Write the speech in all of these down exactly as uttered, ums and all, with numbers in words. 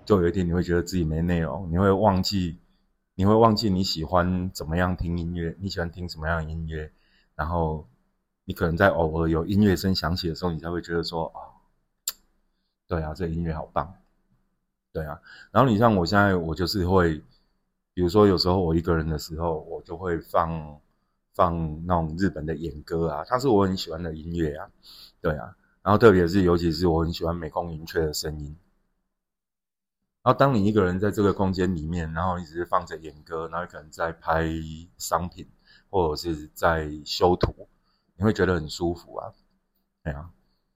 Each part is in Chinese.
就有一天你会觉得自己没内容，你会忘记，你会忘记你喜欢怎么样听音乐，你喜欢听什么样的音乐，然后你可能在偶尔有音乐声响起的时候，你才会觉得说，哦，对啊，这个音乐好棒，对啊。然后你像我现在，我就是会，比如说有时候我一个人的时候，我就会放放那种日本的演歌啊，它是我很喜欢的音乐啊，对啊。然后特别是尤其是我很喜欢美空云雀的声音。然后当你一个人在这个空间里面，然后你只是放着演歌，然后可能在拍商品或者是在修图，你会觉得很舒服啊，对啊。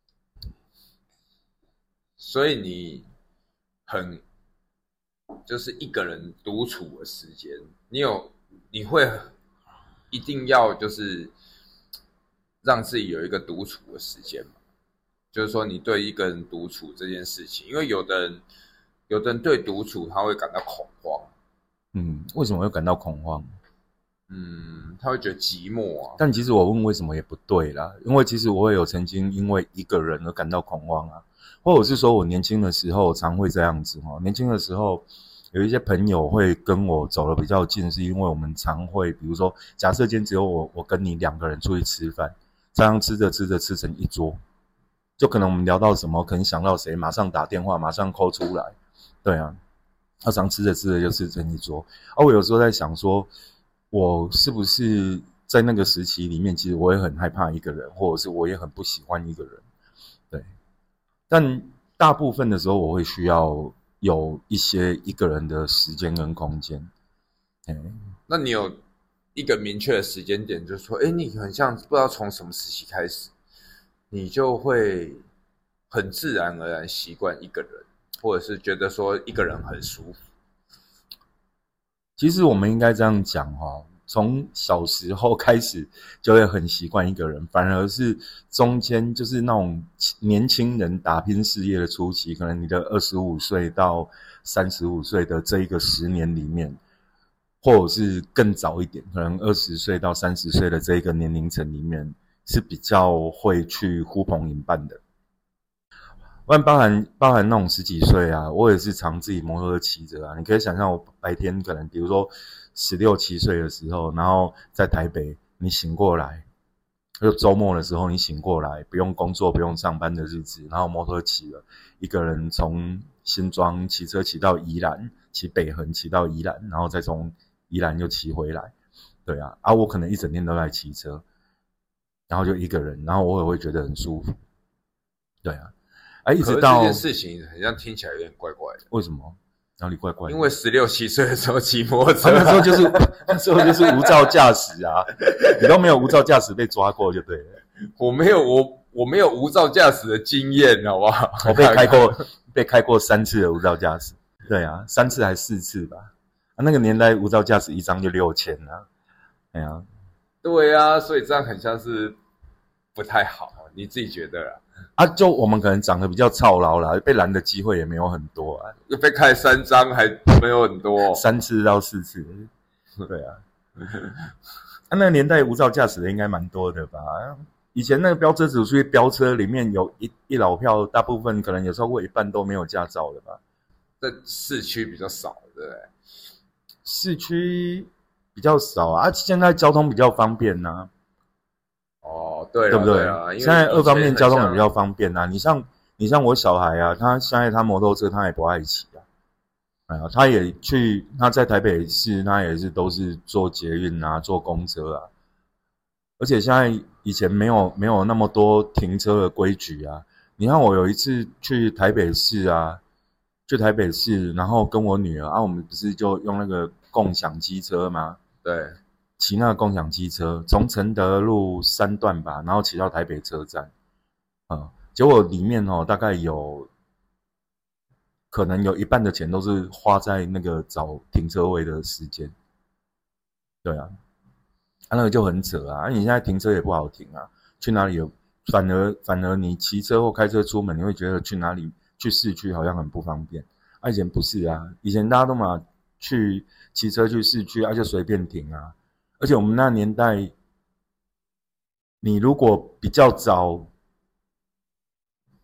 所以你很就是一个人独处的时间，你有你会一定要就是让自己有一个独处的时间吗？就是说你对一个人独处这件事情，因为有的人有的人对独处他会感到恐慌。 嗯，为什么会感到恐慌？ 嗯，他会觉得寂寞啊。 但其实我问为什么也不对啦，因为其实我也有曾经因为一个人而感到恐慌啊，或者是说我年轻的时候常会这样子哦。年轻的时候有一些朋友会跟我走得比较近，是因为我们常会，比如说假设今天只有我我跟你两个人出去吃饭，常常吃着吃着吃成一桌，就可能我们聊到什么，可能想到谁，马上打电话，马上 call 出来，对啊。他常吃着吃着就吃成一桌。啊，我有时候在想说，我是不是在那个时期里面，其实我也很害怕一个人，或者是我也很不喜欢一个人，对。但大部分的时候，我会需要有一些一个人的时间跟空间。嗯， 那你有一个明确的时间点，就是说，哎，你很像不知道从什么时期开始，你就会很自然而然习惯一个人。或者是觉得说一个人很舒服。 其实我们应该这样讲哦，从小时候开始就会很习惯一个人，反而是中间就是那种年轻人打拼事业的初期，可能你的二十五岁到三十五岁的这一个十年里面，或者是更早一点，可能二十岁到三十岁的这一个年龄层里面，是比较会去呼朋引伴的。不然包含包含那种十几岁啊，我也是常自己摩托车骑着啊。你可以想象我白天可能比如说十六七岁的时候，然后在台北你醒过来，就周末的时候你醒过来，不用工作不用上班的日子，然后摩托车骑了，一个人从新庄骑车骑到宜兰，骑北横骑到宜兰，然后再从宜兰又骑回来。对啊，啊我可能一整天都在骑车，然后就一个人，然后我也会觉得很舒服。对啊。哎，一直到可是这件事情好像听起来有点怪怪的。 为什么？哪里怪怪的？ 因为十六七岁的时候骑摩托车、 啊，那时候就是那时候就是无照驾驶啊，你都没有无照驾驶被抓过就对了。 我没有，我我没有无照驾驶的经验，好不好？ 我被开过被开过三次的无照驾驶，对啊，三次还四次吧。啊，那个年代无照驾驶一张就六千啊，哎呀、啊， 对啊，所以这样很像是不太好，你自己觉得啦？ 啊，就我们可能长得比较操劳啦，被拦的机会也没有很多啊。 又被开三张，还没有很多， 三次到四次，对啊。啊，那个年代无照驾驶的应该蛮多的吧？以前那个飙车组出去飙车，里面有一一老票，大部分可能有超过一半都没有驾照的吧？ 在市区比较少，对不对？ 市区比较少啊，啊现在交通比较方便呐、啊。 哦，对对不对？ 对现在二方面交通也比较方便啊。你像你像我小孩啊，他现在他摩托车他也不爱骑啊，哎呀，他也去他在台北市，他也是都是坐捷运啊，坐公车啊。而且现在以前没有没有那么多停车的规矩啊。你看我有一次去台北市啊，去台北市，然后跟我女儿啊，我们不是就用那个共享机车吗？ 对。 骑那个共享机车，从承德路三段吧，然后骑到台北车站，嗯，结果里面哦，大概有可能有一半的钱都是花在那个找停车位的时间，对啊，啊那个就很扯啊，啊你现在停车也不好停啊，去哪里有反而反而你骑车或开车出门，你会觉得去哪里去市区好像很不方便，啊以前不是啊，以前大家都嘛去骑车去市区啊就随便停啊。而且我们那年代，你如果比较早，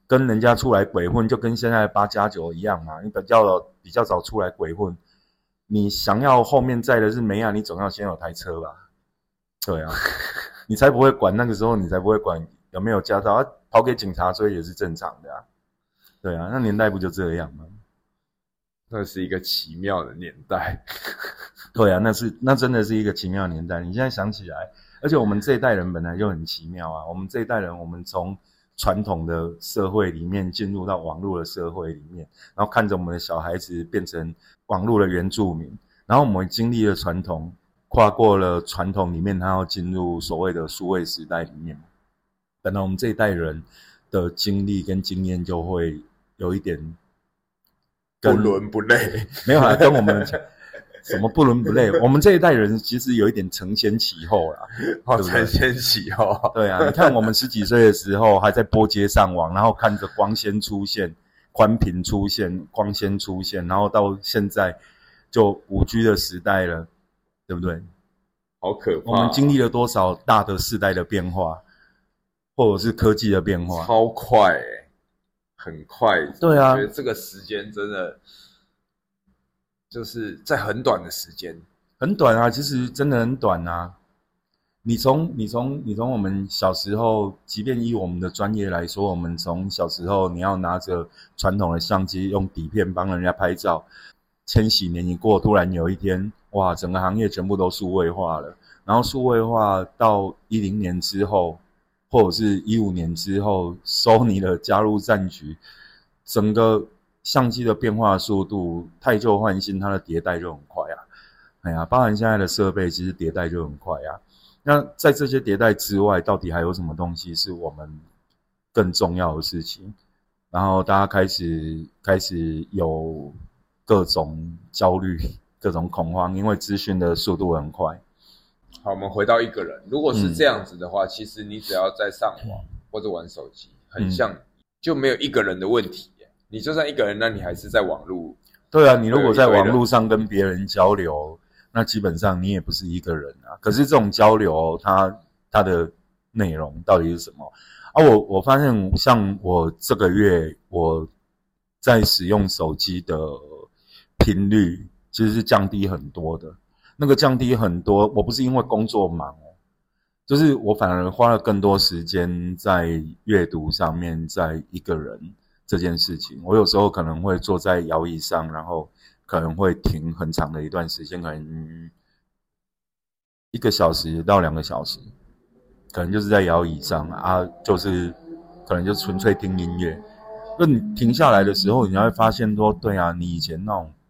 跟人家出来鬼混，就跟现在的八加九一样嘛。你比较比较早出来鬼混，你想要后面载的是梅亚，你总要先有台车吧？对啊，你才不会管那个时候，你才不会管有没有驾照，啊、跑给警察追也是正常的啊。对啊，那年代不就这样吗？ 那是一个奇妙的年代。 对啊，那是那真的是一个奇妙的年代。你现在想起来，而且我们这一代人本来就很奇妙啊。我们这一代人，我们从传统的社会里面进入到网络的社会里面，然后看着我们的小孩子变成网络的原住民，然后我们经历了传统，跨过了传统里面，然后进入所谓的数位时代里面。本来我们这一代人的经历跟经验就会有一点不伦不类， 没有啦，跟我们什么不伦不类，我们这一代人其实有一点承先启后啦， 哦，承先启后， 对啊，你看我们十几岁的时候还在拨接上网，然后看着光纤出现、宽频出现、光纤出现，然后到现在就 五 G 的时代了，对不对？ 好可怕！ 我们经历了多少大的世代的变化，或者是科技的变化， 超快欸，很快。 对啊， 我觉得这个时间真的就是在很短的时间， 很短啊，其实真的很短啊。你从你从你从我们小时候，即便以我们的专业来说，我们从小时候你要拿着传统的相机用底片帮人家拍照，千禧年一过，突然有一天，哇，整个行业全部都数位化了。然后数位化到一零年之后，或者是一五年之后，索尼的加入战局，整个相机的变化速度，汰旧换新，它的迭代就很快啊。哎呀，包含现在的设备，其实迭代就很快啊。那在这些迭代之外，到底还有什么东西是我们更重要的事情？然后大家开始开始有各种焦虑、各种恐慌，因为资讯的速度很快。 好，我们回到一个人，如果是这样子的话，嗯、其实你只要在上网或者玩手机，很像、嗯、就没有一个人的问题。你就算一个人，那你还是在网络。 对啊，你如果在网络上跟别人交流，那基本上你也不是一个人啊。可是这种交流，它它的内容到底是什么啊？我我发现，像我这个月我在使用手机的频率，其实是降低很多的。那个降低很多，我不是因为工作忙哦，就是我反而花了更多时间在阅读上面，在一个人这件事情。我有时候可能会坐在摇椅上，然后可能会停很长的一段时间，可能一个小时到两个小时，可能就是在摇椅上啊，就是可能就纯粹听音乐。就你停下来的时候，你会发现说，对啊，你以前那种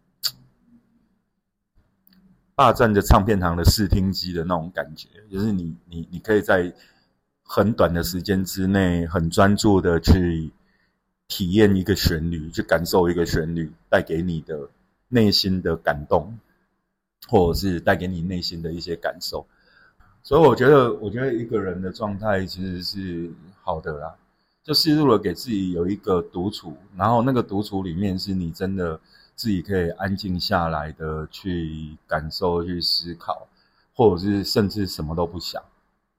霸占着唱片行的视听机的那种感觉，就是你你你可以在很短的时间之内，很专注的去体验一个旋律，去感受一个旋律带给你的内心的感动，或者是带给你内心的一些感受。所以我觉得，我觉得一个人的状态其实是好的啦，就适度的给自己有一个独处，然后那个独处里面是你真的自己可以安静下来的去感受、去思考，或者是甚至什么都不想。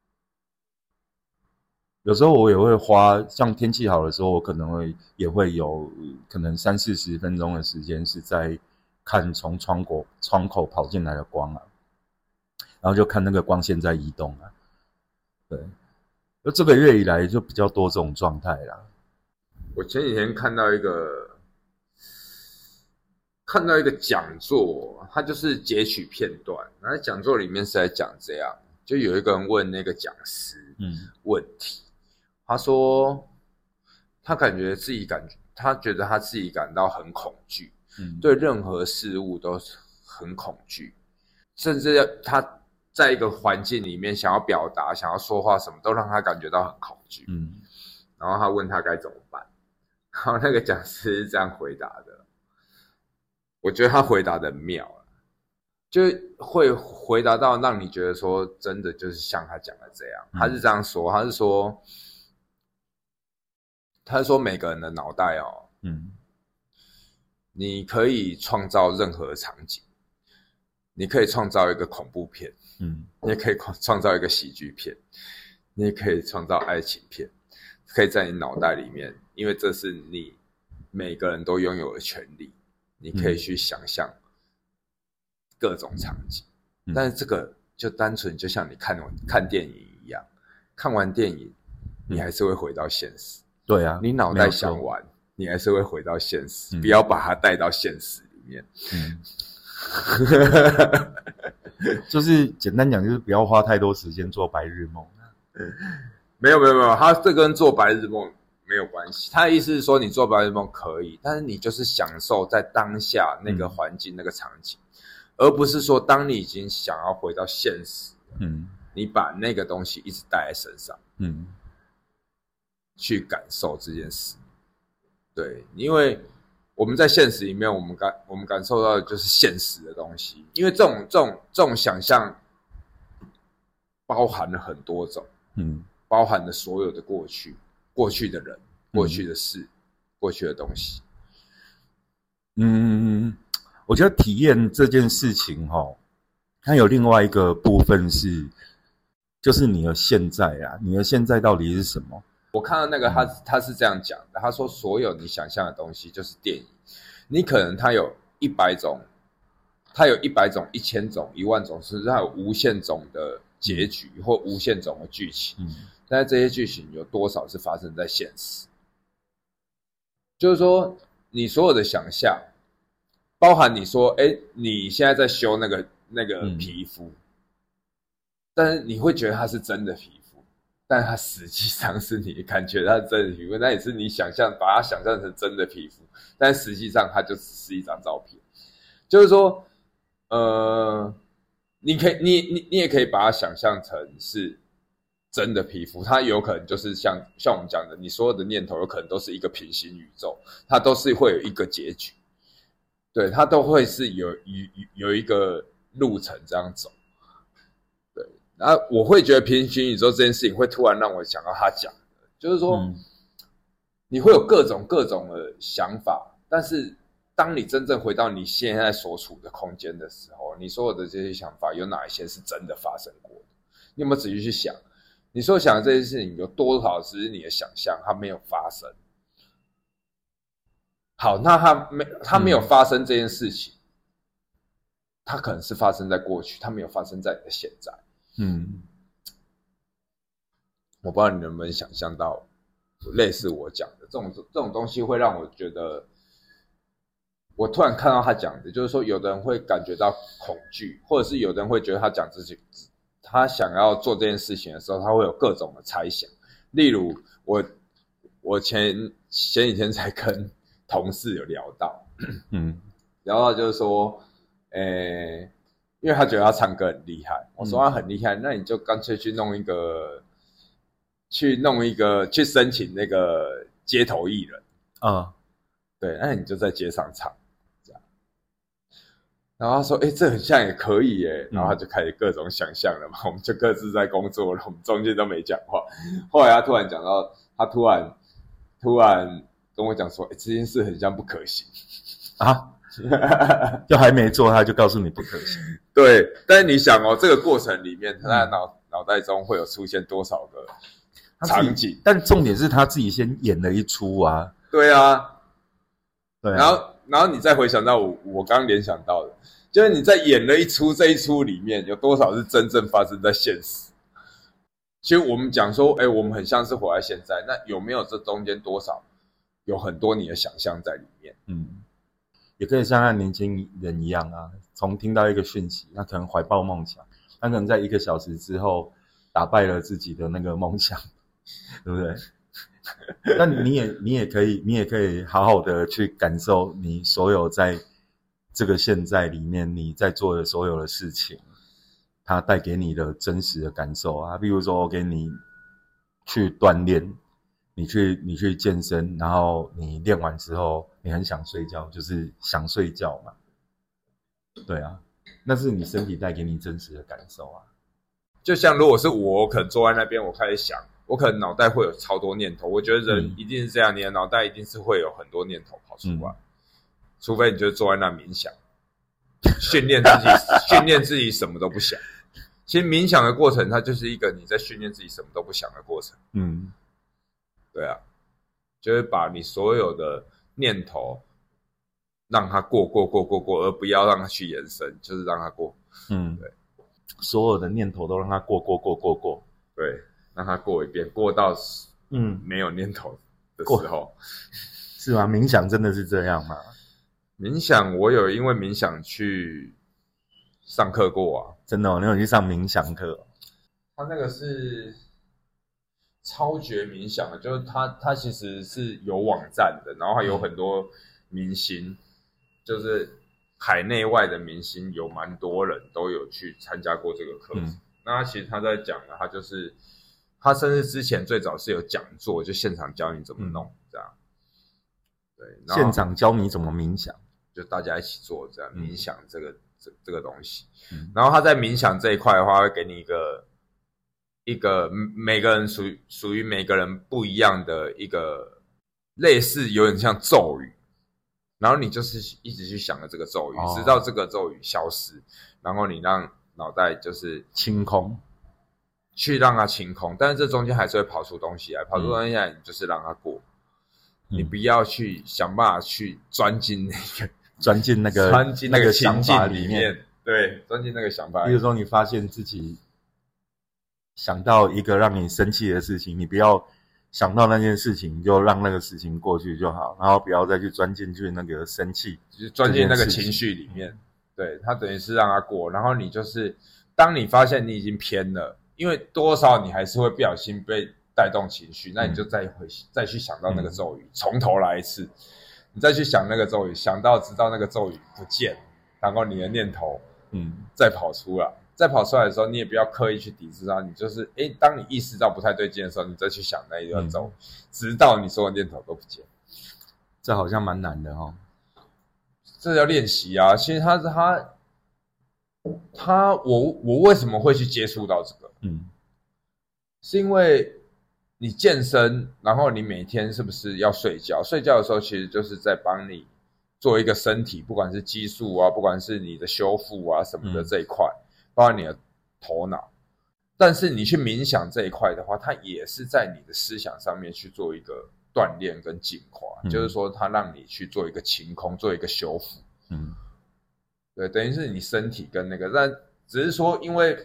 有时候我也会花，像天气好的时候，我可能会也会有可能三四十分钟的时间是在看从窗口窗口跑进来的光啊，然后就看那个光线在移动啊。对，就这个月以来就比较多这种状态啦。 我前几天看到一个看到一个讲座，他就是截取片段，然后讲座里面是在讲这样，就有一个人问那个讲师问题。嗯，他说，他感觉自己感觉，他觉得他自己感到很恐惧，嗯，对任何事物都很恐惧，甚至他在一个环境里面想要表达、想要说话，什么都让他感觉到很恐惧。嗯，然后他问他该怎么办，然后那个讲师是这样回答的，我觉得他回答的很妙，就会回答到让你觉得说，真的就是像他讲的这样。嗯，他是这样说，他是说。他说每个人的脑袋哦，嗯，你可以创造任何场景，你可以创造一个恐怖片，嗯，你也可以创造一个喜剧片，你也可以创造爱情片，可以在你脑袋里面因为这是你每个人都拥有的权利，你可以去想象各种场景。嗯、但是这个就单纯就像你看看电影一样，看完电影你还是会回到现实。 对啊， 你脑袋想完，你还是会回到现实，嗯、不要把它带到现实里面。嗯就是简单讲，就是不要花太多时间做白日梦。 没有没有没有，他这跟做白日梦没有关系。他的意思是说，你做白日梦可以，但是你就是享受在当下那个环境、嗯、那个场景，而不是说当你已经想要回到现实，嗯，你把那个东西一直带在身上，嗯，去感受这件事。对，因为我们在现实里面，我们感我们感受到的就是现实的东西，因为这种这种这种想象包含了很多种，嗯，包含了所有的过去、过去的人、过去的事、嗯、过去的东西。 嗯，我觉得体验这件事情齁，它有另外一个部分是，就是你的现在啊，你的现在到底是什么？ 我看到那个他他是这样讲的，他说所有你想象的东西就是电影，你可能他有一百种，他有一百种、一千种、一万种，甚至他有无限种的结局或无限种的剧情。嗯，但是这些剧情有多少是发生在现实？就是说，你所有的想象，包含你说，哎，你现在在修那个那个皮肤，嗯、但是你会觉得它是真的皮肤。但它实际上是你感觉它是真的皮肤，那也是你想象把它想象成真的皮肤，但实际上它就只是一张照片。就是说，呃，你可以，你你你也可以把它想象成是真的皮肤，它有可能就是像像我们讲的，你所有的念头有可能都是一个平行宇宙，它都是会有一个结局，对，它都会是有有有一个路程这样走。那我会觉得平行宇宙这件事情会突然让我想到他讲的，就是说，嗯、你会有各种各种的想法，但是当你真正回到你现在所处的空间的时候，你所有的这些想法有哪一些是真的发生过的？你有没有仔细去想，你所想的这些事情有多少只是你的想象，它没有发生？好，那它没它没有发生这件事情，嗯、它可能是发生在过去，它没有发生在你的现在。嗯，我不知道你能不能想象到类似我讲的这种这种东西，会让我觉得，我突然看到他讲的，就是说，有的人会感觉到恐惧，或者是有的人会觉得他讲自己，他想要做这件事情的时候，他会有各种的猜想。例如，我我前前几天才跟同事有聊到，嗯，聊到就是说，诶。因为他觉得他唱歌很厉害，我说他很厉害，嗯、那你就干脆去弄一个，去弄一个，去申请那个街头艺人啊、嗯，对，那你就在街上唱，这样。然后他说：“哎、欸，这很像也可以耶。”然后他就开始各种想象了嘛，我们就各自在工作了，我们中间都没讲话。后来他突然讲到，他突然突然跟我讲说：“哎、欸，这件事很像不可行啊。”就还没做，他就告诉你不可行。 对，但是你想哦，这个过程里面，他在脑脑袋中会有出现多少个场景？ 但重点是他自己先演了一出啊。 对啊，对啊。然后，然后你再回想到我我刚联想到的，就是你在演了一出，这一出里面有多少是真正发生在现实？其实我们讲说，哎，我们很像是活在现在，那有没有这中间多少有很多你的想象在里面？嗯。 也可以像那年轻人一样啊，从听到一个讯息，他可能怀抱梦想，他可能在一个小时之后打败了自己的那个梦想，对不对？但你也你也可以，你也可以好好的去感受你所有在这个现在里面你在做的所有的事情，它带给你的真实的感受啊。比如说我给你去锻炼。你去你去健身，然后你练完之后，你很想睡觉，就是想睡觉嘛。对啊，那是你身体带给你真实的感受啊。 就像如果是我，我可能坐在那边，我开始想，我可能脑袋会有超多念头。我觉得人一定是这样，嗯、你的脑袋一定是会有很多念头跑出来，嗯、除非你就坐在那冥想，训练自己，训练自己什么都不想。其实冥想的过程，它就是一个你在训练自己什么都不想的过程。嗯。对啊， 就是把你所有的念头让它过过过过过，而不要让它去延伸，就是让它过。 嗯， 对， 所有的念头都让它过过过过过， 对，让它过一遍，过到嗯没有念头的时候， 是吗？冥想真的是这样吗？ 冥想我有因为冥想去上课过啊， 真的哦，你有去上冥想课哦？ 他那个是超觉冥想的，就是他他其实是有网站的，然后还有很多明星，就是海内外的明星有蛮多人都有去参加过这个课程。嗯、那他其实他在讲的，他就是他甚至之前最早是有讲座，就现场教你怎么弄、嗯、这样。对，然后现场教你怎么冥想， 就大家一起做这样、嗯、冥想这个这这个东西。 嗯、 然后他在冥想这一块的话，会给你一个。一个每个人属于属于每个人不一样的一个类似有点像咒语，然后你就是一直去想着这个咒语、哦、直到这个咒语消失，然后你让脑袋就是清空， 去让它清空，但是这中间还是会跑出东西来，跑出东西来你就是让它过、嗯、你不要去想办法去钻进那个钻进那个钻进那个情境里面，对，钻进那个想法里面。 比如说你发现自己想到一个让你生气的事情，你不要想到那件事情就让那个事情过去就好，然后不要再去钻进去那个生气， 就是钻进那个情绪里面。对，它等于是让它过，然后你就是当你发现你已经偏了，因为多少你还是会不小心被带动情绪，那你就再回、嗯、再去想到那个咒语，从头来一次，你再去想那个咒语，想到直到那个咒语不见，然后你的念头嗯再跑出来。再跑出来的时候，你也不要刻意去抵制它，你就是诶，当你意识到不太对劲的时候，你再去想那一段咒、嗯、直到你所有念头都不见。 这好像蛮难的哦。 这要练习啊。其实他他他我我为什么会去接触到这个？嗯，是因为你健身，然后你每天是不是要睡觉？睡觉的时候其实就是在帮你做一个身体，不管是激素啊，不管是你的修复啊什么的这一块。嗯，包括你的头脑，但是你去冥想这一块的话，它也是在你的思想上面去做一个锻炼跟净化、嗯、就是说它让你去做一个清空，做一个修复。嗯，对，等于是你身体跟那个，但只是说因为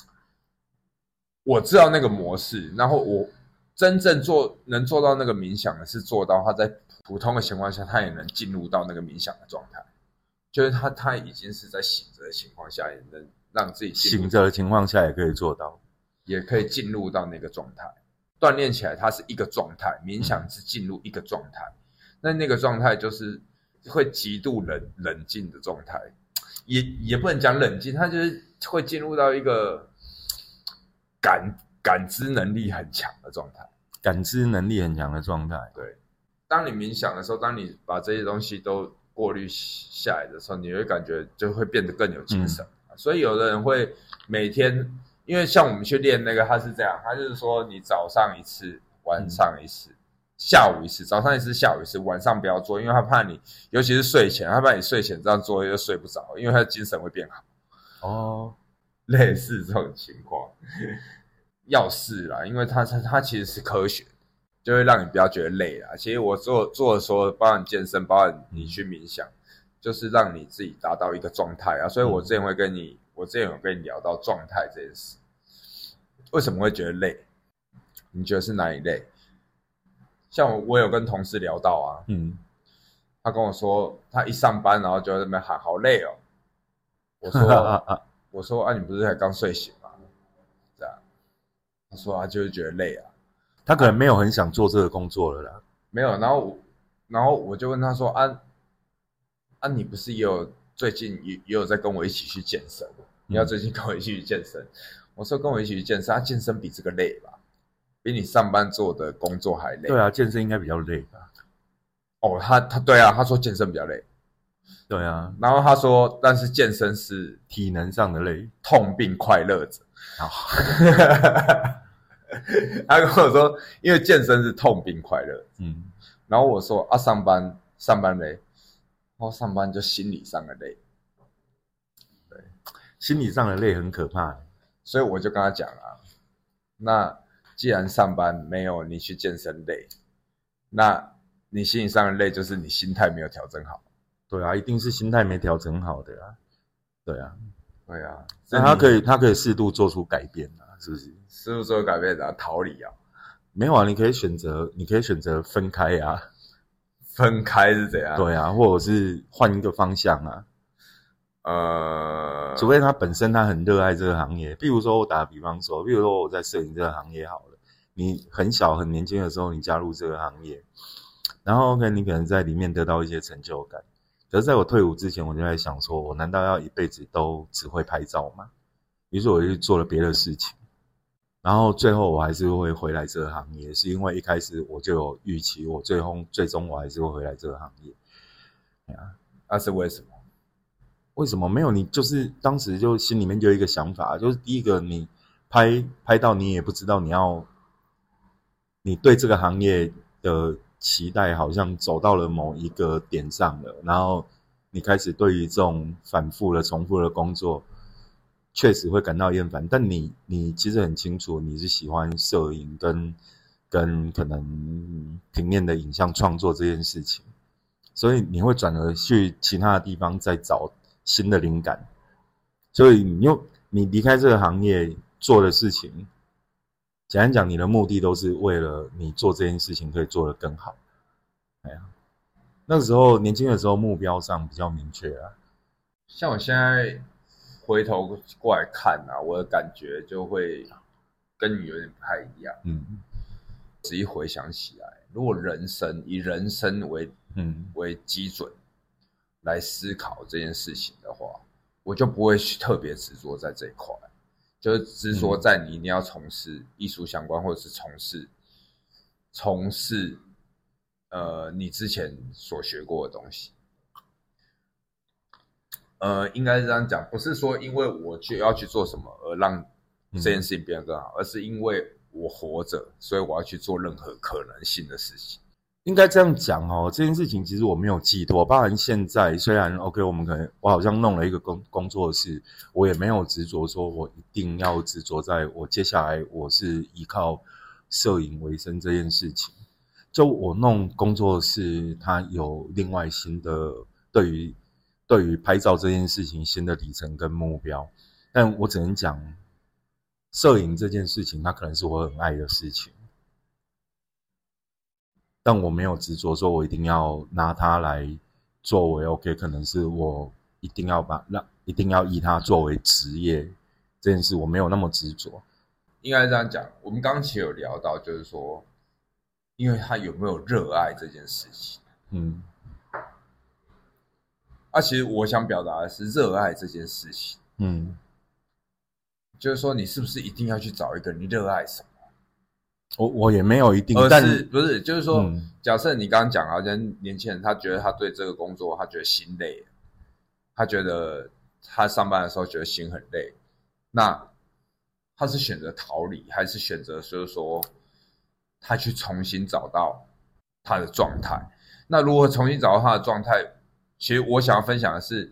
我知道那个模式，然后我真正做能做到那个冥想的是做到他在普通的情况下他也能进入到那个冥想的状态，就是他他已经是在醒着的情况下也能让自己醒着的情况下也可以做到， 也可以进入到那个状态。锻炼起来它是一个状态，冥想是进入一个状态、嗯、那那个状态就是会极度冷冷静的状态，也也不能讲冷静，它就是会进入到一个感感知能力很强的状态， 感知能力很强的状态。 对，当你冥想的时候，当你把这些东西都过滤下来的时候，你会感觉就会变得更有精神、嗯、所以有的人会每天，因为像我们去练那个，他是这样，他就是说你早上一次，晚上一次、嗯、下午一次，早上一次，下午一次，晚上不要做，因为他怕你，尤其是睡前，他怕你睡前这样做又睡不着，因为他的精神会变好。哦，类似这种情况，要试啦，因为它它其实是科学，就会让你不要觉得累啦。其实我做做的说，包含健身，包含你去冥想，就是让你自己达到一个状态啊。所以我之前会跟你，我之前有跟你聊到状态这件事。为什么会觉得累？你觉得是哪里累？像我，我有跟同事聊到啊，嗯，他跟我说，他一上班然后就在那边喊好累哦。我说，我说啊，你不是才刚睡醒吗？这样，他说他就是觉得累啊， 他可能没有很想做这个工作了啦。 没有，然后我，然后我就问他说啊，啊，你不是也有最近也也有在跟我一起去健身？你要最近跟我一起去健身？嗯、我说跟我一起去健身，他、啊、健身比这个累吧？比你上班做的工作还累。 对啊，健身应该比较累吧？ 哦，他他对啊，他说健身比较累。 对啊， 然后他说，但是健身是体能上的累， 痛并快乐着。他跟我说，因为健身是痛并快乐。嗯，然后我说啊，上班上班累，然后上班就心理上的累。 对，心理上的累很可怕， 所以我就跟他讲啊，那既然上班没有你去健身累， 那你心理上的累就是你心态没有调整好。 对啊，一定是心态没调整好的啊。对啊， 对啊， 那他可以他可以适度做出改变啊，是不是？ 适度做出改变然后逃离啊？ 没有啊，你可以选择，你可以选择分开啊。 分开是怎样？ 对啊，或者是换一个方向啊。 呃， 除非他本身他很热爱这个行业，比如说我打个比方说，比如说我在摄影这个行业好了，你很小很年轻的时候你加入这个行业，然后 OK 你可能在里面得到一些成就感，可是在我退伍之前我就在想说，我难道要一辈子都只会拍照吗？于是我就做了别的事情，然后最后我还是会回来这个行业，是因为一开始我就有预期，我最终最终我还是会回来这个行业。 那是为什么？ 为什么没有？你就是当时就心里面就有一个想法，就是第一个，你拍拍到你也不知道你要，你对这个行业的期待好像走到了某一个点上了，然后你开始对于这种反复的、重复的工作，确实会感到厌烦。但你你其实很清楚，你是喜欢摄影跟跟可能平面的影像创作这件事情，所以你会转而去其他的地方再找新的灵感，所以你又你离开这个行业做的事情，简单讲，你的目的都是为了你做这件事情可以做得更好。哎呀，那个时候年轻的时候目标上比较明确啊。 像我现在回头过来看啊，我的感觉就会跟你有点不太一样。 嗯， 仔细回想起来，如果人生以人生为嗯为基准来思考这件事情的话，我就不会特别执着在这一块，就是执着在你一定要从事艺术相关，或者是从事从事呃你之前所学过的东西。呃，应该是这样讲，不是说因为我就要去做什么而让这件事情变得更好，嗯、而是因为我活着，所以我要去做任何可能性的事情。 应该这样讲哦，这件事情其实我没有寄托，包含现在虽然 OK， 我们可能我好像弄了一个工工作室，我也没有执着说我一定要执着在我接下来我是依靠摄影为生这件事情。就我弄工作室，它有另外新的对于对于拍照这件事情新的里程跟目标，但我只能讲，摄影这件事情，它可能是我很爱的事情。但我没有执着说我一定要拿它来作为 OK， 可能是我一定要把让一定要以它作为职业这件事，我没有那么执着。 应该这样讲，我们刚刚其实有聊到，就是说，因为他有没有热爱这件事情，嗯，啊，其实我想表达的是热爱这件事情，嗯，就是说你是不是一定要去找一个你热爱什么？ 我我也没有一定， 而但是不是就是说，嗯、假设你刚刚讲好像年轻人他觉得他对这个工作他觉得心累，他觉得他上班的时候觉得心很累，那他是选择逃离，还是选择就是说他去重新找到他的状态？那如何重新找到他的状态？其实我想要分享的是，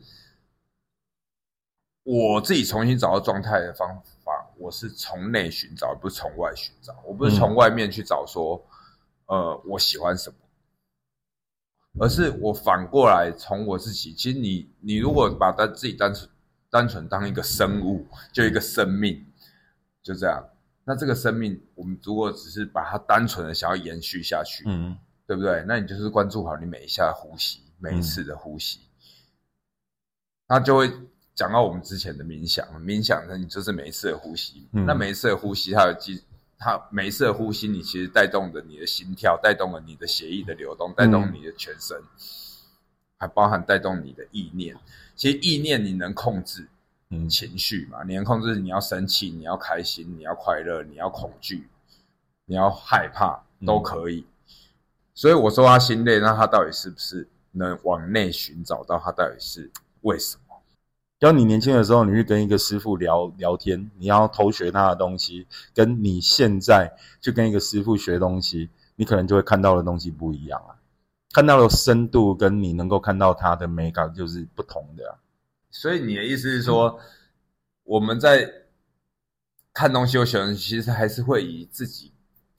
我自己重新找到状态的方法，我是从内寻找，而不是从外寻找。我不是从外面去找说，嗯、呃，我喜欢什么，而是我反过来从我自己。其实你，你如果把他自己单纯单纯当一个生物，就一个生命，就这样。那这个生命，我们如果只是把它单纯的想要延续下去，嗯，对不对？那你就是关注好你每一下的呼吸，每一次的呼吸，嗯、那就会。讲到我们之前的冥想，冥想呢，你就是每一次的呼吸。嗯、那每一次的呼吸，它有基，它每一次的呼吸，你其实带动的你的心跳，带动了你的血液的流动，带动你的全身，嗯、还包含带动你的意念。其实意念你能控制，嗯，情绪嘛，你能控制你要生气，你要开心，你要快乐，你要恐惧，你要害怕，都可以。嗯、所以我说他心累，那他到底是不是能往内寻找到他到底是为什么？ 要你年轻的时候，你去跟一个师傅聊聊天，你要偷学他的东西，跟你现在去跟一个师傅学东西，你可能就会看到的东西不一样啊。看到的深度跟你能够看到他的美感就是不同的啊。 所以你的意思是说，嗯、我们在看东西或学东西，其实还是会以自己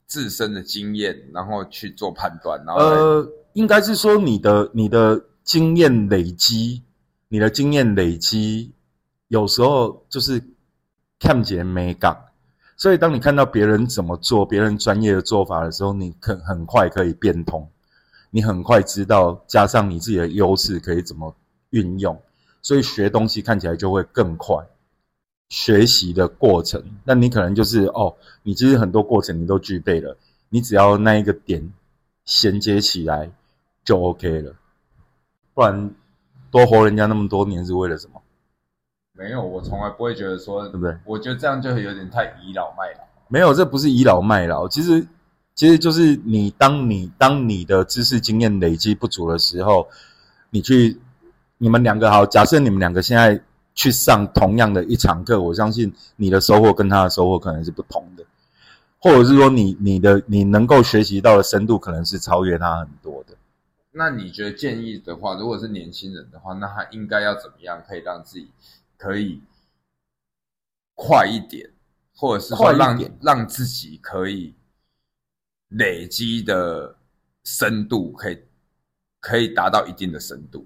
自身的经验，然后去做判断，然后呃，应该是说你的你的经验累积，你的经验累积，有时候就是看见美感，所以当你看到别人怎么做，别人专业的做法的时候，你很很快可以变通，你很快知道，加上你自己的优势可以怎么运用，所以学东西看起来就会更快。学习的过程，那你可能就是哦，你其实很多过程你都具备了，你只要那一个点衔接起来就 OK 了，不然多活人家那么多年是为了什么？ 没有，我从来不会觉得说， 对不对？ 我觉得这样就有点太倚老卖老。 没有，这不是倚老卖老，其实其实就是你当你当你的知识经验累积不足的时候，你去你们两个好，假设你们两个现在去上同样的一堂课，我相信你的收获跟他的收获可能是不同的，或者是说你你的你能够学习到的深度可能是超越他很多的。 那你觉得建议的话，如果是年轻人的话，那他应该要怎么样可以让自己可以快一点，或者是说让让自己可以累积的深度可以可以达到一定的深度？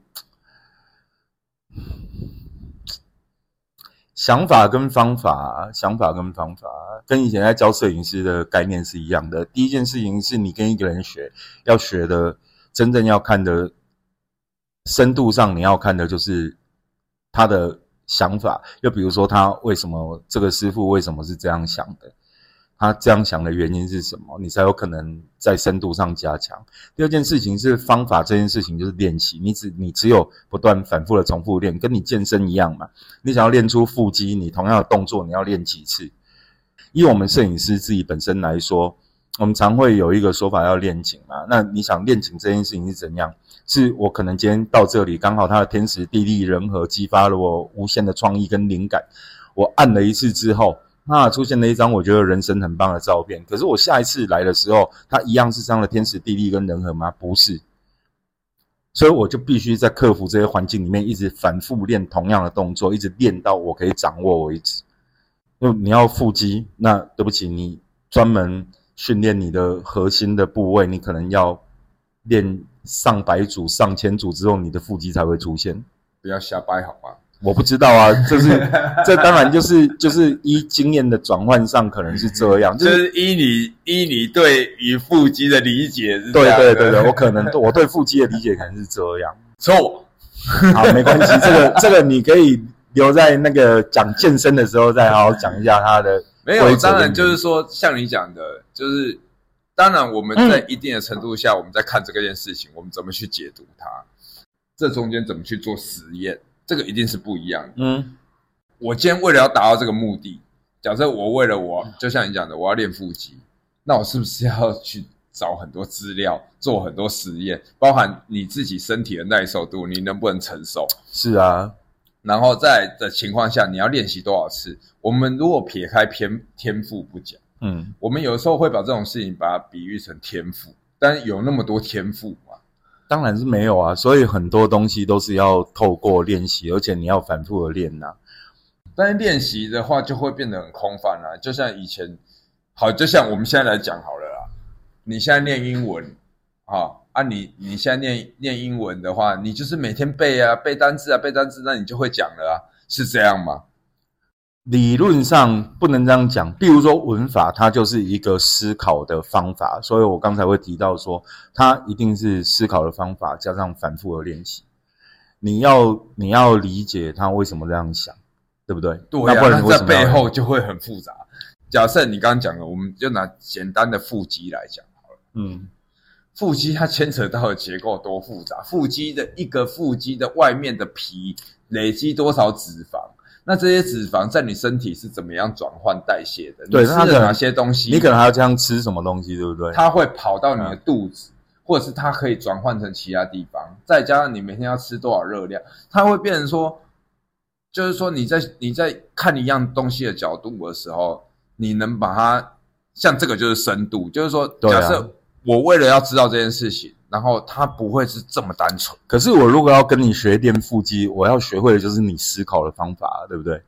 想法跟方法，想法跟方法，跟以前在教摄影师的概念是一样的。第一件事情是你跟一个人学，要学的真正要看的深度上，你要看的就是他的想法。就比如说他为什么这个师傅为什么是这样想的，他这样想的原因是什么，你才有可能在深度上加强。第二件事情是方法，这件事情就是练习，你只你只有不断反复的重复练，跟你健身一样嘛。你想要练出腹肌，你同样的动作你要练几次？以我们摄影师自己本身来说，我们常会有一个说法要练景嘛。那你想练景这件事情是怎样？是我可能今天到这里，刚好它的天时地利人和激发了我无限的创意跟灵感，我按了一次之后，那出现了一张我觉得人生很棒的照片，可是我下一次来的时候，它一样是这样的天时地利跟人和吗？不是。所以我就必须在克服这些环境里面一直反复练同样的动作，一直练到我可以掌握为止。因为你要腹肌，那对不起，你专门训练你的核心的部位，你可能要练上百组上千组之后，你的腹肌才会出现。 不要瞎掰好吗？ 我不知道啊，这是这当然就是就是依经验的转换上可能是这样， 就是、就是依你依你对于腹肌的理解是这样的。 对对对对，我可能我对腹肌的理解可能是这样。 错， 好，没关系，这个这个你可以留在那个讲健身的时候再好好讲一下它的。 没有，当然就是说像你讲的，就是当然我们在一定的程度下，嗯、我们在看这件事情，我们怎么去解读它，这中间怎么去做实验。这个一定是不一样的。嗯，我今天为了要达到这个目的，假设我为了我，就像你讲的，我要练腹肌，那我是不是要去找很多资料，做很多实验，包含你自己身体的耐受度，你能不能承受？ 是啊， 然后在的情况下，你要练习多少次？我们如果撇开偏天赋不讲，嗯，我们有时候会把这种事情把它比喻成天赋，但有那么多天赋吗？ 当然是没有啊，所以很多东西都是要透过练习，而且你要反复的练啊。 但是练习的话就会变得很空泛啊，就像以前，好，就像我们现在来讲好了啦。你现在念英文，啊啊你你现在念念英文的话，你就是每天背啊，背单字啊，背单字，那你就会讲了啊，是这样吗？ 理论上不能这样讲，比如说文法，它就是一个思考的方法，所以我刚才会提到说，它一定是思考的方法加上反复的练习。你要你要理解他为什么这样想，对不对？ 对啊，那不然那在背后就会很复杂。假设你刚刚讲的，我们就拿简单的腹肌来讲好了。嗯，腹肌它牵扯到的结构多复杂，腹肌的一个腹肌的外面的皮累积多少脂肪？那这些脂肪在你身体是怎么样转换代谢的？ 对， 你吃了哪些东西？ 你可能还要这样吃什么东西，对不对？ 它会跑到你的肚子，嗯、或者是它可以转换成其他地方，再加上你每天要吃多少热量，它会变成说，就是说你在你在看一样东西的角度的时候，你能把它像这个就是深度，就是说，假设我为了要知道这件事情。然后它不会是这么单纯。 可是我如果要跟你学练腹肌，我要学会的就是你思考的方法，对不对？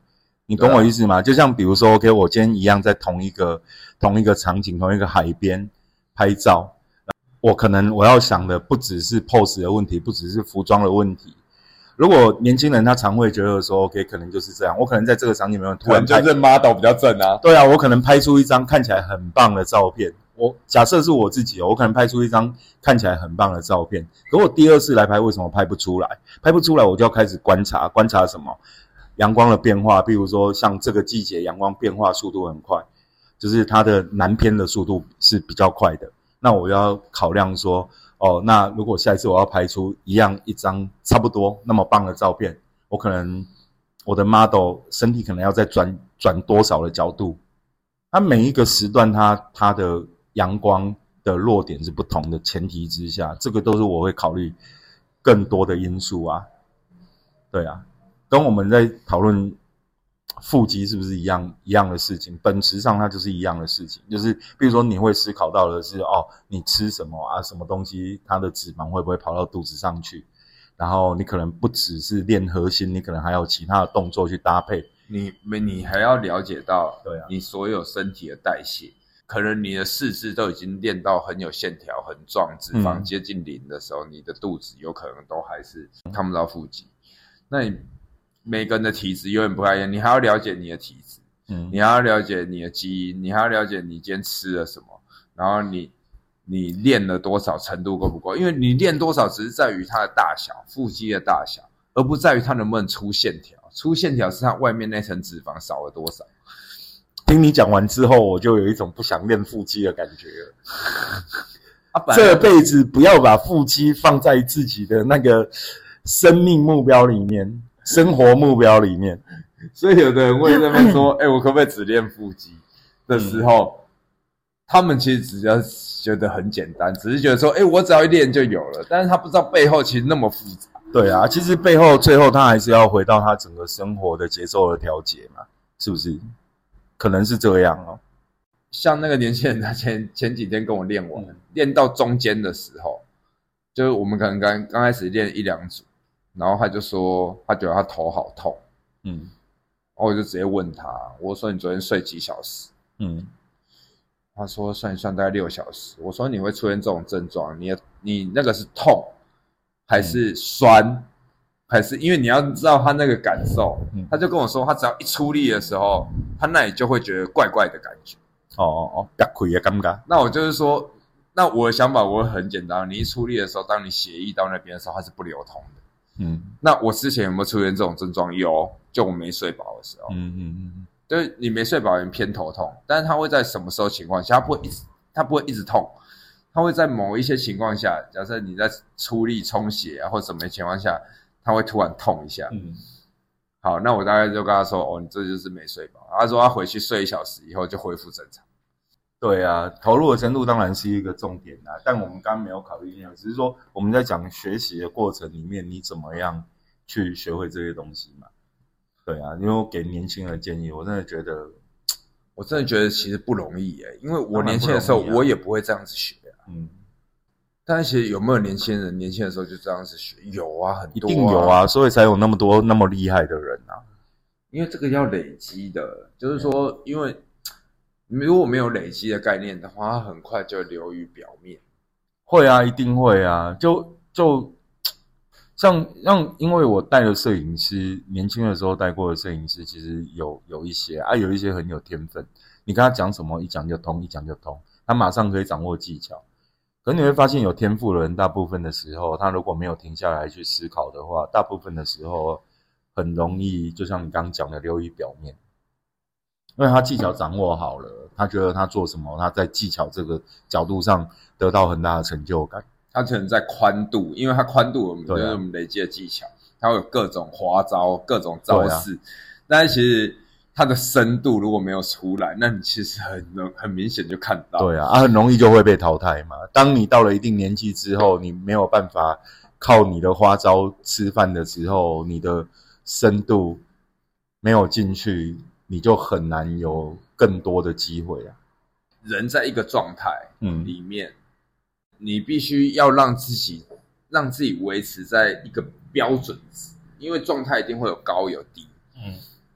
你懂我意思吗？就像比如说 OK 我今天一样在同一个同一个场景同一个海边拍照，我可能我要想的不只是 pose 的问题，不只是服装的问题。如果年轻人他常会觉得说 OK 可能就是这样，我可能在这个场景里面突然就是 model 比较正啊。 对啊，我可能拍出一张看起来很棒的照片，我假设是我自己，我可能拍出一张看起来很棒的照片，可我第二次来拍为什么拍不出来？拍不出来我就要开始观察，观察什么？阳光的变化，比如说像这个季节阳光变化速度很快，就是它的南偏的速度是比较快的，那我要考量说哦，那如果下一次我要拍出一样一张差不多那么棒的照片，我可能我的 model 身体可能要再转转多少的角度，它每一个时段它它的阳光的落点是不同的前提之下，这个都是我会考虑更多的因素啊。对啊，跟我们在讨论腹肌是不是一样一样的事情，本质上它就是一样的事情，就是比如说你会思考到的是哦，你吃什么啊，什么东西它的脂肪会不会跑到肚子上去，然后你可能不只是练核心，你可能还有其他的动作去搭配， 你你还要了解到对啊， 你所有身体的代谢，可能你的四肢都已经练到很有线条很壮，脂肪接近零的时候，嗯，你的肚子有可能都还是看不到腹肌。那你每个人的体质永远不太一样，你还要了解你的体质，嗯，你还要了解你的基因，你还要了解你今天吃了什么，然后你你练了多少程度够不够，因为你练多少只是在于它的大小，腹肌的大小，而不在于它能不能出线条，出线条是它外面那层脂肪少了多少。 听你讲完之后，我就有一种不想练腹肌的感觉了。 啊， 这辈子不要把腹肌放在自己的那个生命目标里面，生活目标里面。 所以有的人会在那边说：“哎、欸，我可不可以只练腹肌？”的时候，嗯，他们其实只要觉得很简单，只是觉得说：“哎、欸，我只要一练就有了。”但是他不知道背后其实那么复杂。 对啊，其实背后最后他还是要回到他整个生活的节奏的调节嘛，是不是？可能是这样哦。 像那个年轻人，他前前几天跟我练完，嗯，练到中间的时候，就是我们可能刚刚开始练一两组，然后他就说他觉得他头好痛，嗯，然后我就直接问他，我说你昨天睡几小时？嗯，他说算一算大概六小时。我说你会出现这种症状，你你那个是痛还是酸？嗯，还是因为你要知道他那个感受，嗯，他就跟我说，他只要一出力的时候，他那里就会觉得怪怪的感觉。 哦哦哦，夹亏的感觉。 那我就是说，那我的想法我很简单，你一出力的时候，当你血液到那边的时候，它是不流通的。嗯，那我之前有没有出现这种症状？有，就我没睡饱的时候。嗯嗯嗯，就是你没睡饱，人偏头痛，但是它会在什么时候情况下？它不会一直，它不会一直痛，它会在某一些情况下，假设你在出力充血啊，或什么情况下。他会突然痛一下，嗯，好，那我大概就跟他说，哦，你这就是没睡饱。他说他回去睡一小时以后就恢复正常。 对啊，投入的程度当然是一个重点啦，但我们刚刚没有考虑进来，只是说我们在讲学习的过程里面，你怎么样去学会这些东西嘛？对啊，因为我给年轻人的建议，我真的觉得， 我真的觉得其实不容易耶，因为我年轻的时候我也不会这样子学啊，嗯。但是其实有没有年轻人年轻的时候就这样子学？有啊，很多啊， 一定有啊，所以才有那么多那么厉害的人啊。 因为这个要累积的，就是说，因为你如果没有累积的概念的话，它很快就流于表面。 会啊，一定会啊，就就像像，因为我带的摄影师，年轻的时候带过的摄影师，其实有有一些啊，有一些很有天分，你跟他讲什么，一讲就通，一讲就通，他马上可以掌握技巧。可是你会发现有天赋的人，大部分的时候，他如果没有停下来去思考的话，大部分的时候很容易，就像你刚刚讲的，流于表面。因为他技巧掌握好了，他觉得他做什么，他在技巧这个角度上得到很大的成就感。 他可能在宽度，因为他宽度我们就是我们累积的技巧，他会有各种花招、各种招式，但是其实它的深度如果没有出来，那你其实很很明显就看到。 对啊，啊很容易就会被淘汰嘛。当你到了一定年纪之后，你没有办法靠你的花招吃饭的时候，你的深度没有进去，你就很难有更多的机会啊。 人在一个状态里面，嗯，你必须要让自己让自己维持在一个标准值，因为状态一定会有高有低。嗯。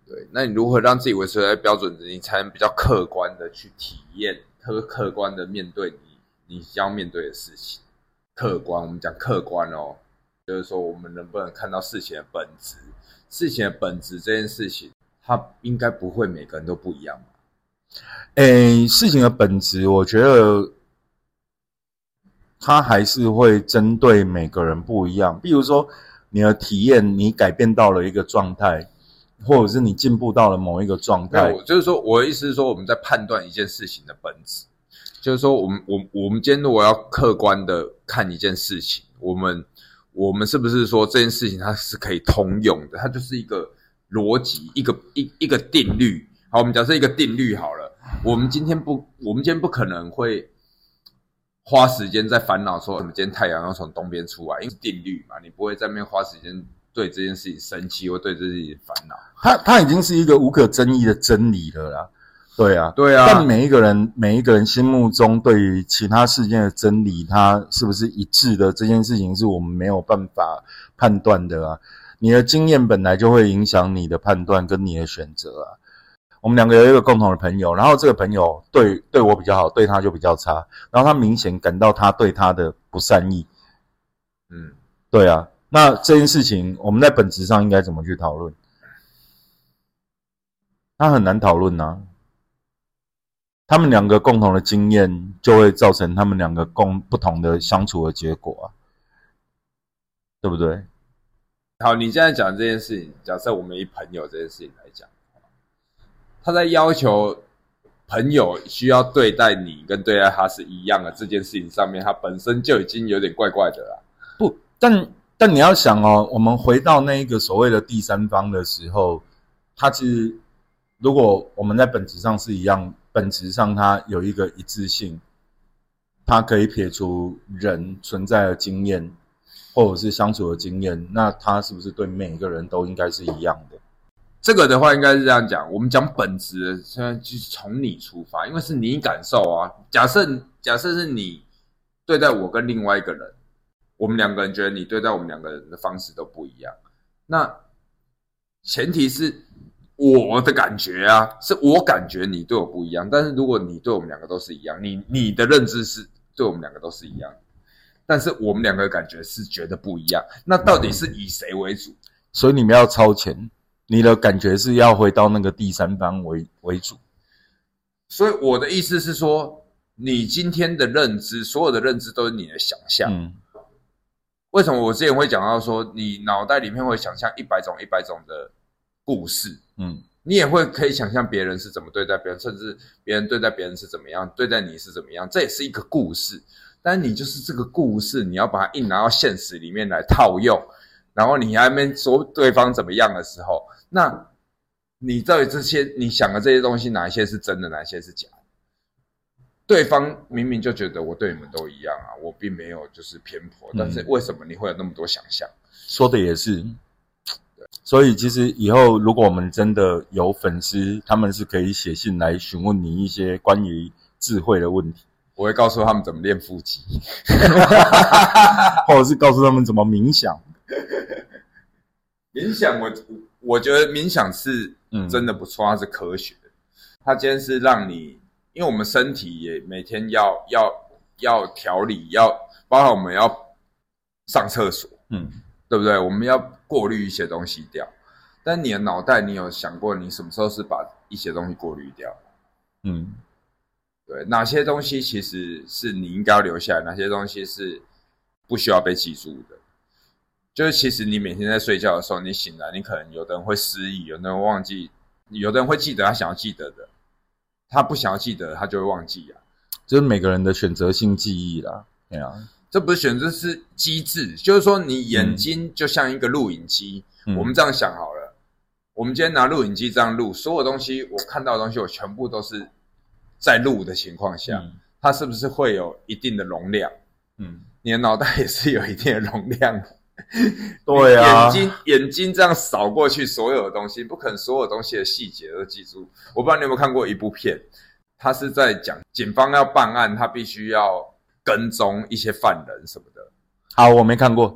对，那你如何让自己维持在标准值，你才能比较客观的去体验，特客观的面对你你要面对的事情。客观，我们讲客观哦，就是说我们能不能看到事情的本质。事情的本质这件事情，它应该不会每个人都不一样吧？ 诶，事情的本质，我觉得它还是会针对每个人不一样。比如说，你的体验，你改变到了一个状态，或者是你进步到了某一个状态。 就是说，我的意思是说，我们在判断一件事情的本质，就是说，我们我我们今天如果要客观的看一件事情，我们我们是不是说这件事情它是可以通用的？它就是一个逻辑，一个一一个定律。好，我们假设一个定律好了，我们今天不，我们今天不可能会花时间在烦恼说，我们今天太阳要从东边出来，因为是定律嘛，你不会在那边花时间对这件事情生气或对这件事情烦恼。 它它已经是一个无可争议的真理了啦。对啊， 对啊。 但每一个人每一个人心目中对于其他事件的真理，它是不是一致的这件事情，是我们没有办法判断的啊。你的经验本来就会影响你的判断跟你的选择啊。我们两个有一个共同的朋友，然后这个朋友对对我比较好，对他就比较差，然后他明显感到他对他的不善意。 嗯， 对啊，那这件事情我们在本质上应该怎么去讨论？他很难讨论啊。他们两个共同的经验就会造成他们两个共不同的相处的结果啊，对不对？ 好，你现在讲这件事情，假设我们以朋友这件事情来讲，他在要求朋友需要对待你跟对待他是一样的这件事情上面，他本身就已经有点怪怪的啦。 不，但但你要想哦，我们回到那一个所谓的第三方的时候，他其实如果我们在本质上是一样，本质上它有一个一致性，它可以撇除人存在的经验或者是相处的经验，那它是不是对每一个人都应该是一样的？ 这个的话应该是这样讲，我们讲本质，现在就是从你出发，因为是你感受啊。假设假设是你对待我跟另外一个人，我们两个人觉得你对待我们两个人的方式都不一样，那前提是我的感觉啊，是我感觉你对我不一样。但是如果你对我们两个都是一样，你你的认知是对我们两个都是一样，但是我们两个的感觉是觉得不一样，那到底是以谁为主？ 所以你们要超前。你的感觉是要回到那个第三方为为主， 所以我的意思是说，你今天的认知，所有的认知都是你的想象。嗯，为什么我之前会讲到说，你脑袋里面会想象一百种一百种的故事，嗯，你也会可以想象别人是怎么对待别人，甚至别人对待别人是怎么样，对待你是怎么样，这也是一个故事。但你就是这个故事，你要把它硬拿到现实里面来套用，然后你还没说对方怎么样的时候，那你到底这些你想的这些东西，哪一些是真的，哪一些是假的？对方明明就觉得我对你们都一样啊，我并没有就是偏颇，但是为什么你会有那么多想象？ 说的也是。所以其实以后如果我们真的有粉丝，他们是可以写信来询问你一些关于智慧的问题， 我会告诉他们怎么练腹肌， 或者是告诉他们怎么冥想。 冥想我我觉得冥想是真的不错，它是科学的。它今天是让你，因为我们身体也每天要要要调理，要包含我们要上厕所，嗯，对不对？我们要过滤一些东西掉。但你的脑袋，你有想过你什么时候是把一些东西过滤掉？嗯，对，哪些东西其实是你应该要留下来，哪些东西是不需要被记住的？就是其实你每天在睡觉的时候，你醒来，你可能有的人会失忆，有的人忘记，有的人会记得他想要记得的，他不想要记得他就会忘记啊。 就是每个人的选择性记忆啦，对啊， 这不是选择，是机制。就是说，你眼睛就像一个录影机，嗯、我们这样想好了，我们今天拿录影机这样录，所有东西我看到的东西，我全部都是在录的情况下，嗯、它是不是会有一定的容量？嗯，你的脑袋也是有一定的容量的。 对啊， 眼睛眼睛这样扫过去，所有的东西不可能所有东西的细节都记住。我不知道你有没有看过一部片，他是在讲警方要办案，他必须要跟踪一些犯人什么的。 好，我没看过。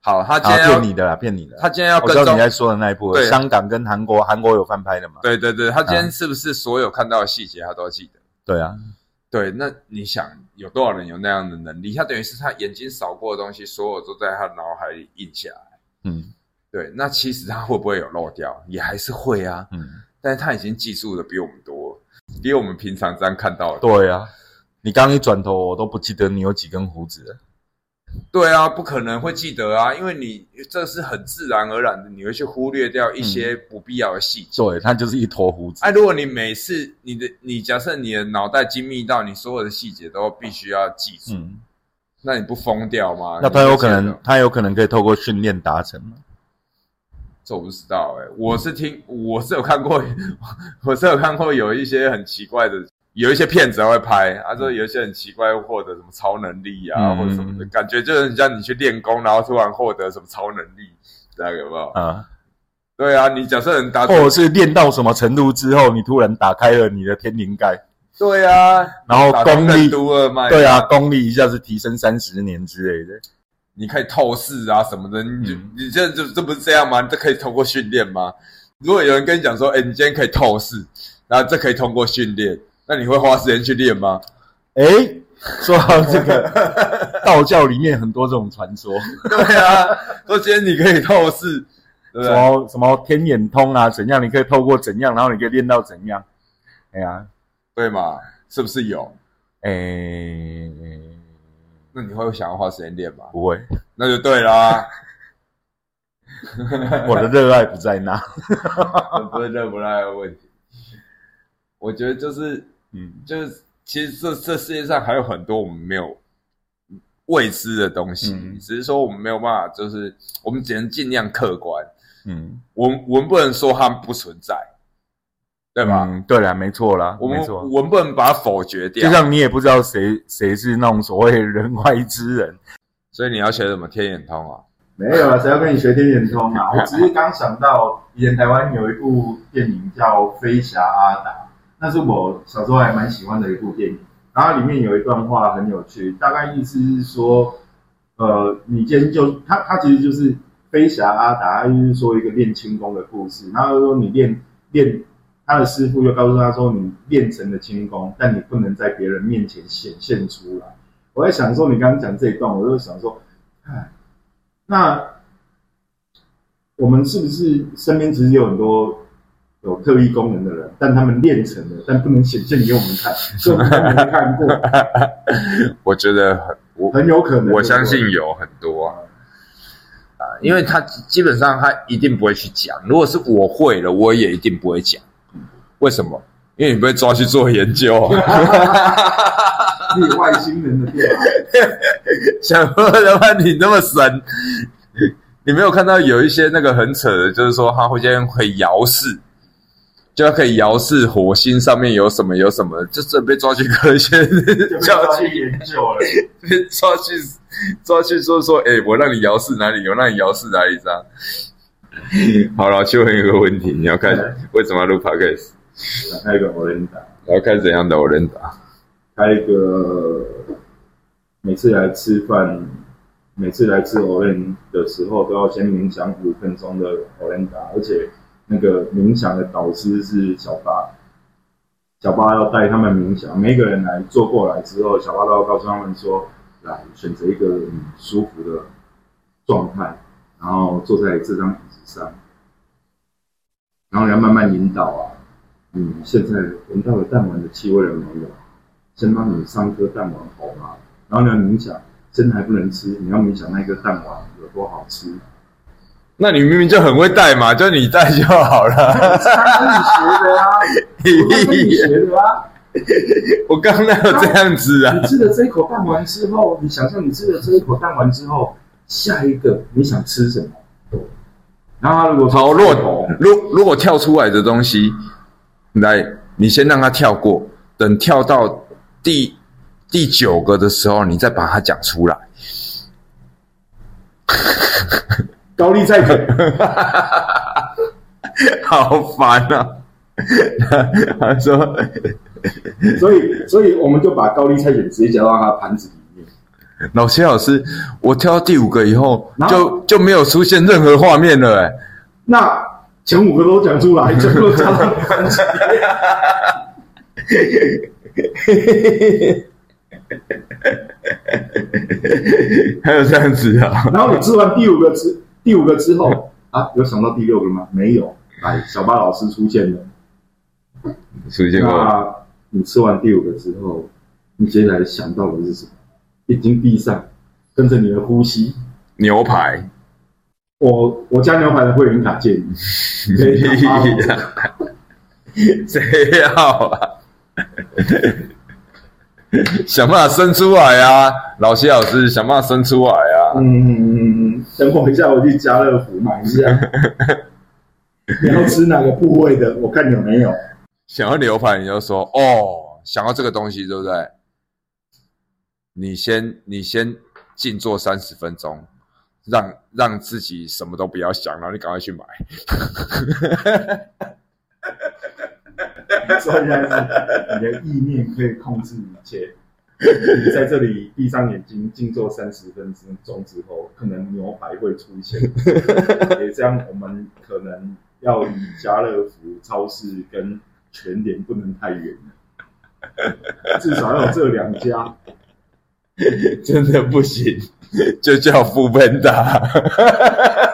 好，他今天要骗你的啦，骗你的。 他今天要跟我知道你在说的那一部， 对香港跟韩国，韩国有翻拍的嘛？ 对对对，他今天是不是所有看到的细节他都要记得？ 对啊， 对，那你想有多少人有那样的能力？他等于是他眼睛扫过的东西，所有都在他脑海里印下来。 嗯， 对，那其实他会不会有漏掉？也还是会啊。嗯，但是他已经记住的比我们多，比我们平常这样看到的。 对啊，你刚一转头，我都不记得你有几根胡子了。 对啊，不可能会记得啊，因为你这是很自然而然的，你会去忽略掉一些不必要的细节。 对，它就是一坨胡子。 哎、啊，如果你每次你的你假设你的脑袋精密到你所有的细节都必须要记住，嗯，那你不疯掉吗？ 那他有可能，他有可能可以透过训练达成吗？ 这我不知道哎、欸，我是听我是有看过，我是有看过有一些很奇怪的。有一些骗子会拍，啊，说有一些很奇怪会获得什么超能力啊，嗯、或者什么的，感觉就是很像你去练功，然后突然获得什么超能力，这样有没有？啊，对啊，你假设能达， 或者是练到什么程度之后，你突然打开了你的天灵盖， 对啊， 然后功力，对啊， 啊功力一下子提升三十年之类的， 你可以透视啊什么的，你、嗯、你这这这不是这样吗？这可以通过训练吗？如果有人跟你讲说，哎，你今天可以透视，然后这可以通过训练。那你会花时间去练吗？ 诶，说到这个，道教里面很多这种传说。 对啊，说今天你可以透视，对不对？ 什么什么天眼通啊，怎样？你可以透过怎样，然后你可以练到怎样？哎呀， 对嘛？是不是有？ 诶， 那你会想要花时间练吗？ 不会， 那就对啦。 我的热爱不在那， 不是热不热爱的问题。我觉得就是。嗯，就是其实这这世界上还有很多我们没有未知的东西，嗯、只是说我们没有办法，就是我们只能尽量客观。嗯，我们我们不能说它们不存在，对吧？ 嗯，对啦，没错啦， 我们没错， 我们不能把它否决掉。 就像你也不知道谁谁是那种所谓人外之人， 所以你要学什么天眼通啊？ 没有啊，谁要跟你学天眼通啊？我只是刚想到，以前台湾有一部电影叫《飞侠阿达》。那是我小时候还蛮喜欢的一部电影，然后里面有一段话很有趣，大概意思是说，呃，你今天就他他其实就是飞侠阿达，他就是说一个练轻功的故事，然后说你练练他的师傅又告诉他说，你练成了轻功，但你不能在别人面前显现出来。我在想说，你刚刚讲这一段，我就想说，哎，那我们是不是身边其实有很多？有特异功能的人，但他们练成了，但不能显现给我们看，所以我们没看过。 我觉得很，我很有可能， 我相信有很多啊，因为他基本上他一定不会去讲。如果是我会了，我也一定不会讲。为什么？因为你被抓去做研究， 你外星人的电脑， 想说的话你那么神。你没有看到有一些那个很扯的，就是说他会今天会遥视。就要可以遥视火星上面有什么有什么，就是被抓去科学叫去研究了， 被抓去抓去说说，哎、欸，我让你遥视哪里，我让你遥视哪里这样。好了，去问一个问题，你要看为什么要录 podcast？ 开一个 Olinda， 要开怎样的 Olinda？ 开一个每次来吃饭，每次来吃 Olinda 的时候，都要先冥想五分钟的 Olinda， 而且。那个冥想的导师是小巴，小巴要带他们冥想，每一个人来坐过来之后，小巴都要告诉他们说，来选择一个你舒服的状态，然后坐在这张椅子上，然后你要慢慢引导啊，你现在闻到了弹丸的气味了没有？先帮你上颗弹丸好吗？然后你要冥想，真的还不能吃，你要冥想那个弹丸有多好吃。 那你明明就很会带嘛，就你带就好了。 他跟你学的啊，我跟你学的啊。 我刚刚哪有这样子啊？ 你吃了这一口蛋丸之后，你想象你吃了这一口蛋丸之后，下一个你想吃什么？然后他如果好，如果如如果跳出来的东西，来，你先让他跳过，等跳到第第九个的时候，你再把它讲出来。 高丽菜卷， 好烦啊！他说， 所以，所以我们就把高丽菜卷直接加到他的盘子里面， 老谢老师，我跳到第五个以后， 然后就就没有出现任何画面了、欸， 那前五个都讲出来，全部都加到你班级。 还有这样子啊？ 然后你吃完第五个之第五个之后啊，有想到第六个吗？没有。来，小巴老师出现了。 出现过。 那你吃完第五个之后，你接下来想到的是什么？眼睛闭上，跟着你的呼吸。 牛排。 我我加牛排的会员卡借你。 谁要啊？想办法生出来啊！老谢老师想办法生出来啊！ 嗯，等我一下，我去家乐福买一下。你要吃哪个部位的？我看有没有。 想要牛排，你就说哦，想要这个东西，对不对？你先你先静坐三十分钟，让让自己什么都不要想，然后你赶快去买。 所以现在是你的意念可以控制一切。你在这里闭上眼睛静坐三十分钟之后，可能牛排会出现。也这样，我们可能要离家乐福、超市跟全联不能太远了，至少要有这两家。 真的不行，就叫富笨达。